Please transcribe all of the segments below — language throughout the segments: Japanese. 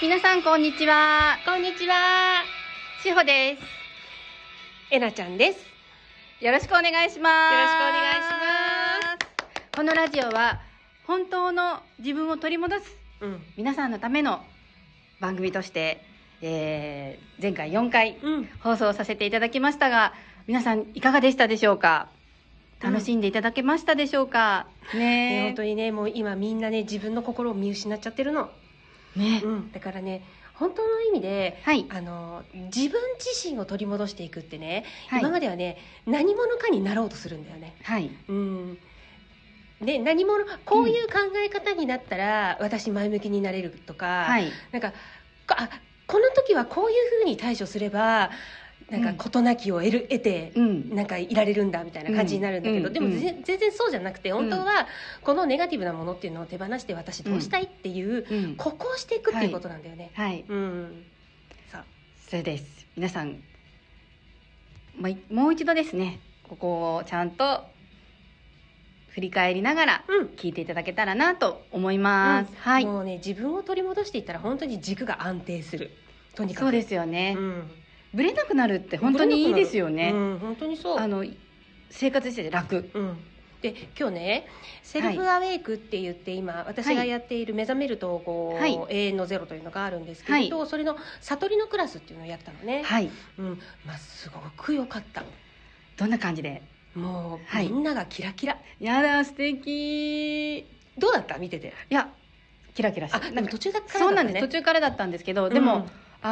皆さんこんにちは。 こんにちは。 しほです。 えなちゃんです。 よろしくお願いします。 よろしくお願いします。 このラジオは本当の自分を取り戻す、皆さんのための番組として、前回4回放送させていただきましたが、皆さんいかがでしたでしょうか？楽しんでいただけましたでしょうか？ね、 本当にね、もう今みんなね、自分の心を見失っちゃってるの。 ね、 だからね、本当の意味で、 はい、 自分自身を取り戻していくってね、はい、今まではね、何者かになろうとするんだよね。 はい。 で、こういう考え方になったら、私前向きになれるとか、はい、なんかこの時はこういうふうに対処すればなんか事なきを得て、なんかいられるんだみたいな感じになるんだけど、でも全然そうじゃなくて、本当はこのネガティブなものっていうのを手放して、私どうしたいっていう、ここをしていくっていうことなんだよね。 はい、そうです。皆さんもう一度ですね、ここをちゃんと振り返りながら聞いていただけたらなと思います。はい。 もうね、自分を取り戻していったら本当に軸が安定する。とにかく。 そうですよね。ぶれなくなるって本当にいいですよね。 本当にそう。 生活してて楽。 で、今日ね、セルフアウェイクって言って、今私がやっている目覚める統合、永遠のゼロというのがあるんですけれど、それの悟りのクラスっていうのをやったのね。はい。すごく良かった。 どんな感じで？ もう、みんながキラキラ。 やだ、素敵。 どうだった？見てて。 いや、キラキラして。 なんか途中からだったね。 そうなんです。途中からだったんですけど、でも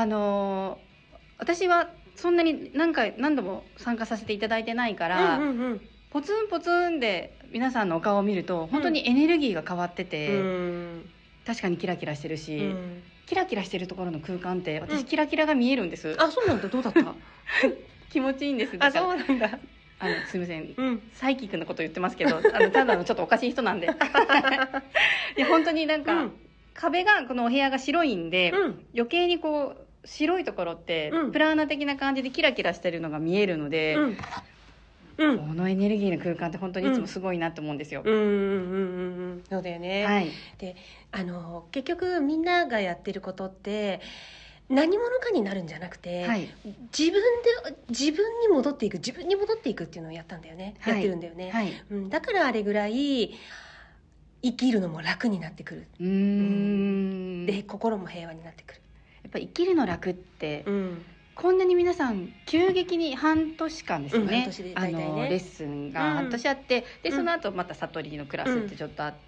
私はそんなに何度も参加させていただいてないから、ポツンポツンで皆さんのお顔を見ると本当にエネルギーが変わってて、確かにキラキラしてるし、キラキラしてるところの空間って私キラキラが見えるんです。 あ、そうなんだ。どうだった？ 気持ちいいんです。 あ、そうなんだ。 すみません、サイキックなこと言ってますけど、ただのちょっとおかしい人なんで本当になんか、壁がこのお部屋が白いんで、余計にこう白いところって、プラーナ的な感じでキラキラしてるのが見えるので、このエネルギーの空間って本当にいつもすごいなと思うんですよ。 そうだよね。はい、で結局みんながやってることって何者かになるんじゃなくて、自分に戻っていくっていうのをやったんだよね。やってるんだよね。だからあれぐらい生きるのも楽になってくる。で、心も平和になってくる。 やっぱり生きるの楽って、こんなに皆さん急激に半年間ですね、レッスンが半年あって、でその後また悟りのクラスってちょっとあって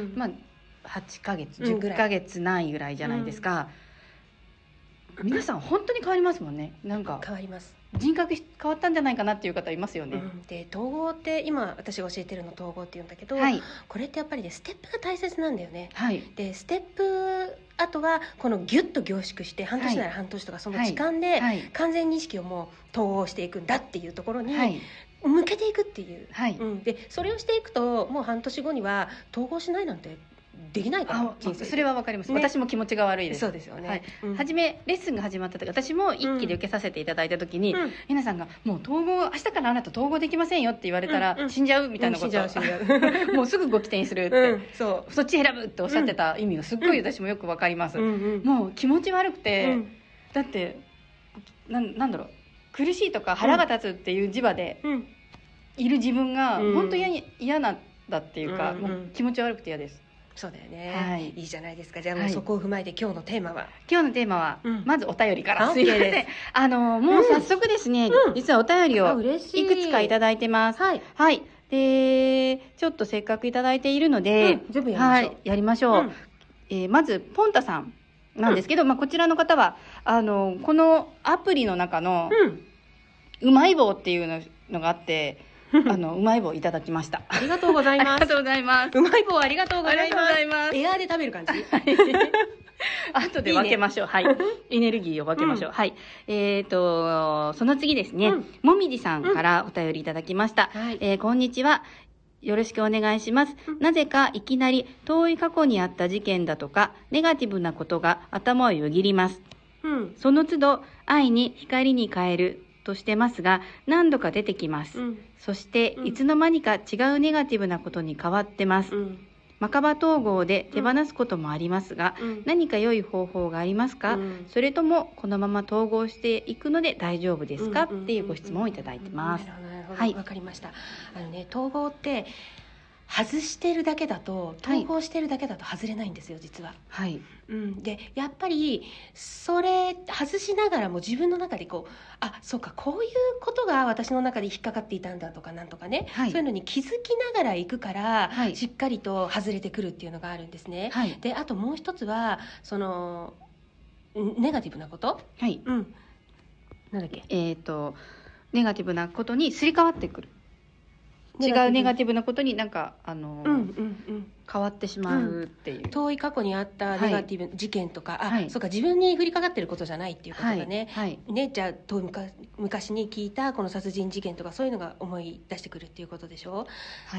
、8ヶ月10ヶ月ないぐらいじゃないですか。皆さん本当に変わりますもんね。なんか変わります。人格変わったんじゃないかなっていう方いますよね。 で、統合って今私が教えてるの統合って言うんだけど、これってやっぱりね、ステップが大切なんだよね。で、ステップ、あとはこのギュッと凝縮して半年なら半年とかその時間で完全に意識をもう統合していくんだっていうところに向けていくっていう。で、それをしていくともう半年後には統合しないなんてできないから。 それはわかります。私も気持ちが悪いです。 そうですよね。 初めレッスンが始まった時、私も一期で受けさせていただいた時に、皆さんがもう統合、明日からあなた統合できませんよって言われたら死んじゃうみたいなこと、もうすぐご起点するって、そっち選ぶっておっしゃってた意味がすっごい私もよくわかります。もう気持ち悪くて、だってなんだろう、苦しいとか腹が立つっていう磁場でいる自分が本当に嫌なんだっていうか、もう気持ち悪くて嫌です。 そうだよね。いいじゃないですか。じゃあもうそこを踏まえて今日のテーマは、 まずお便りから。すいません。もう早速ですね、実はお便りをいくつかいただいてます。はい。で、ちょっとせっかくいただいているので、やりましょう。まずポンタさんなんですけど、こちらの方はこのアプリの中のうまい棒っていうのがあって、うまい棒いただきました。 ありがとうございます。 ありがとうございます。 うまい棒ありがとうございます。エアーで食べる感じ。 後で分けましょう。はい。エネルギーを分けましょう。はい。その次ですね。もみじさんからお便りいただきました。こんにちは。よろしくお願いします。なぜかいきなり遠い過去にあった事件だとか、ネガティブなことが頭をよぎります。その都度、愛に光に変えるとしてますが、何度か出てきます。そして、いつの間にか違うネガティブなことに変わってます。 マカバ統合で手放すこともありますが、何か良い方法がありますか？それともこのまま統合していくので大丈夫ですか？っていうご質問をいただいてます。 はい、わかりました。統合って外してるだけだと、統合してるだけだと外れないんですよ、実は。 はい。 でやっぱりそれ外しながらも自分の中でそうか、こういうことが私の中で引っかかっていたんだとかなんとかね、そういうのに気づきながらいくから、しっかりと外れてくるっていうのがあるんですね。であともう一つはそのネガティブなこと、なんだっけ、 ネガティブなことにすり替わってくる。違うネガティブなことになんか変わってしまうっていう、 遠い過去にあったネガティブ事件とか、そうか、自分に降りかかってることじゃないっていうことがね、じゃあ遠い昔に聞いたこの殺人事件とかそういうのが思い出してくるっていうことでしょ。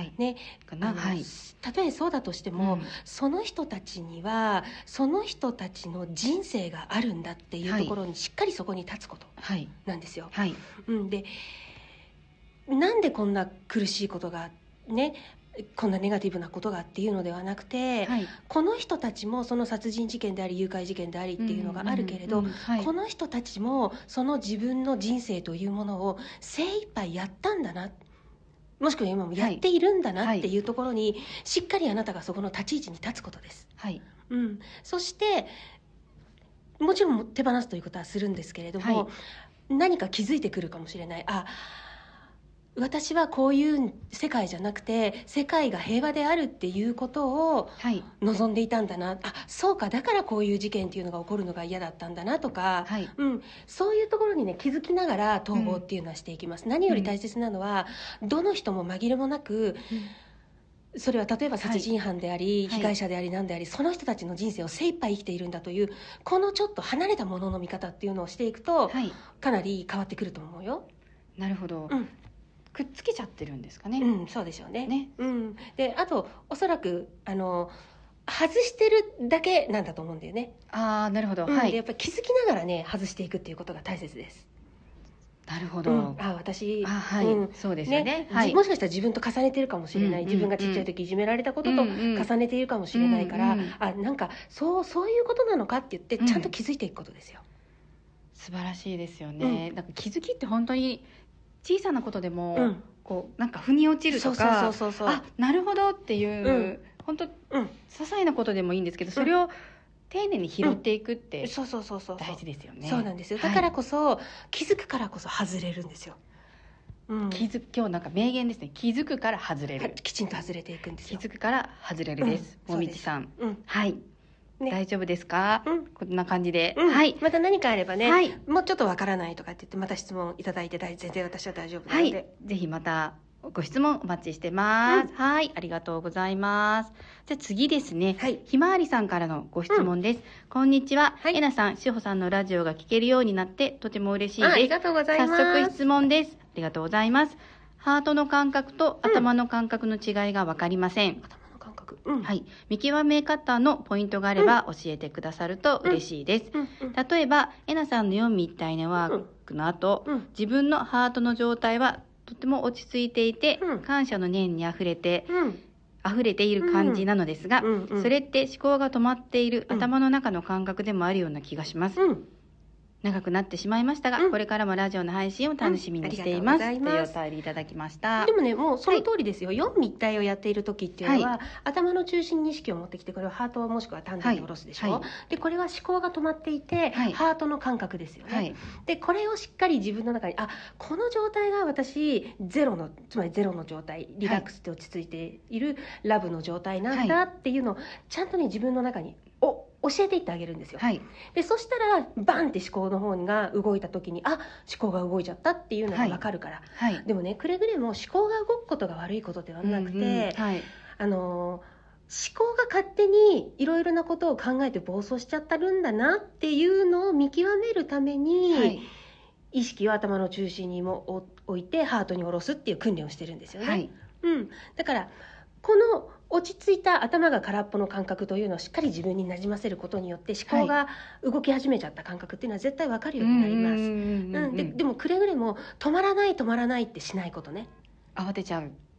たとえそうだとしても、その人たちにはその人たちの人生があるんだっていうところにしっかりそこに立つことなんですよ。でなんでこんな苦しいことがね、こんなネガティブなことがっていうのではなくて、この人たちもその殺人事件であり誘拐事件でありっていうのがあるけれど、この人たちもその自分の人生というものを精一杯やったんだな、もしくは今もやっているんだなっていうところにしっかりあなたがそこの立ち位置に立つことです。そしてもちろん手放すということはするんですけれども、何か気づいてくるかもしれない。私はこういう世界じゃなくて世界が平和であるっていうことを望んでいたんだな、そうか、だからこういう事件っていうのが起こるのが嫌だったんだなとか、そういうところにね気づきながら統合っていうのはしていきます。何より大切なのは、どの人も紛れもなく、それは例えば殺人犯であり、被害者であり何であり、その人たちの人生を精一杯生きているんだというこのちょっと離れたものの見方っていうのをしていくと、かなり変わってくると思うよ。 なるほど。くっつけちゃってるんですかね。 そうでしょうね。であとおそらく外してるだけなんだと思うんだよね。 なるほど。 でやっぱり気づきながらね外していくっていうことが大切です。 なるほど。 私そうですよね。 もしかしたら自分と重ねてるかもしれない、自分がちっちゃい時いじめられたことと重ねているかもしれないから、なんかそういうことなのかって言ってちゃんと気づいていくことですよ。 素晴らしいですよね。なんか気づきって本当に小さなことでも、なんか腑に落ちるとか、なるほどっていう、本当些細なことでもいいんですけど、それを丁寧に拾っていくって大事ですよね。 そうなんですよ。だからこそ気づくからこそ外れるんですよ。 今日なんか名言ですね。気づくから外れる。 きちんと外れていくんですよ。 気づくから外れるです。もみちさん。大丈夫ですか？こんな感じで。 また何かあればね、もうちょっとわからないとかって言ってまた質問いただいて全然私は大丈夫なので、 ぜひまたご質問お待ちしてます。ありがとうございます。じゃあ次ですね。ひまわりさんからのご質問です。こんにちは。えなさん、しほさんのラジオが聞けるようになってとても嬉しいです。 ありがとうございます。 早速質問です。ありがとうございます。ハートの感覚と頭の感覚の違いがわかりません。見極め方のポイントがあれば教えてくださると嬉しいです。例えばえなさんの4みたいなワークの後、自分のハートの状態はとても落ち着いていて、感謝の念にあふれている感じなのですが、それって思考が止まっている頭の中の感覚でもあるような気がします。長くなってしまいましたが、これからもラジオの配信を楽しみにしています、というお便りいただきました。 でもね、もうその通りですよ。4密体をやっている時っていうのは、頭の中心に意識を持ってきて、これはハートもしくは丹田に下ろすでしょ、でこれは思考が止まっていて、ハートの感覚ですよね、でこれをしっかり自分の中にこの状態が私つまりゼロの状態、リラックスして落ち着いているラブの状態なんだっていうのをちゃんとね自分の中に教えていってあげるんですよ、でそしたらバンって思考の方が動いた時に思考が動いちゃったっていうのが分かるから、でもねくれぐれも思考が動くことが悪いことではなくて、思考が勝手にいろいろなことを考えて暴走しちゃってるんだなっていうのを見極めるために、意識を頭の中心にも置いてハートに下ろすっていう訓練をしてるんですよね、だからこの落ち着いた頭が空っぽの感覚というのをしっかり自分になじませることによって思考が動き始めちゃった感覚っていうのは絶対分かるようになります。でもくれぐれも止まらないってしないことね。 慌てちゃう。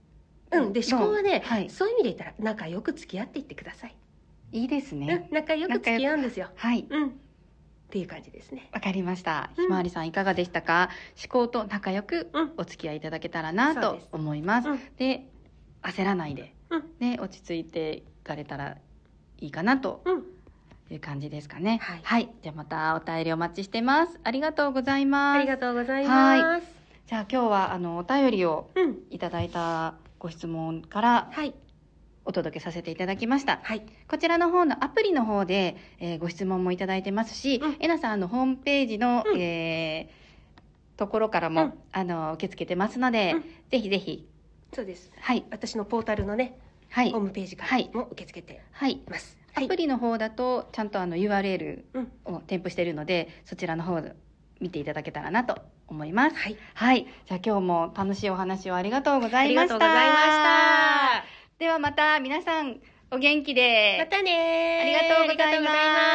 で思考はね、そういう意味で言ったら仲良く付き合っていってください。 いいですね。 仲良く付き合うんですよ。 はい。 っていう感じですね。 わかりました。ひまわりさんいかがでしたか？思考と仲良くお付き合いいただけたらなと思います。で、焦らないで、ね、落ち着いていかれたらいいかなという感じですかね。はい。じゃあまたお便りお待ちしてます。ありがとうございます。 ありがとうございます。 じゃあ今日はお便りをいただいたご質問からお届けさせていただきました。こちらの方のアプリの方で、ご質問もいただいてますし、えなさんのホームページの、ところからも、受け付けてますので、ぜひぜひ。 そうです。私のポータルのね、ホームページからも受け付けてます。 アプリの方だとちゃんとURL を添付しているので、そちらの方で見ていただけたらなと思います。じゃあ今日も楽しいお話をありがとうございました。ありがとうございました。ではまた皆さんお元気で。 またね。 ありがとうございます。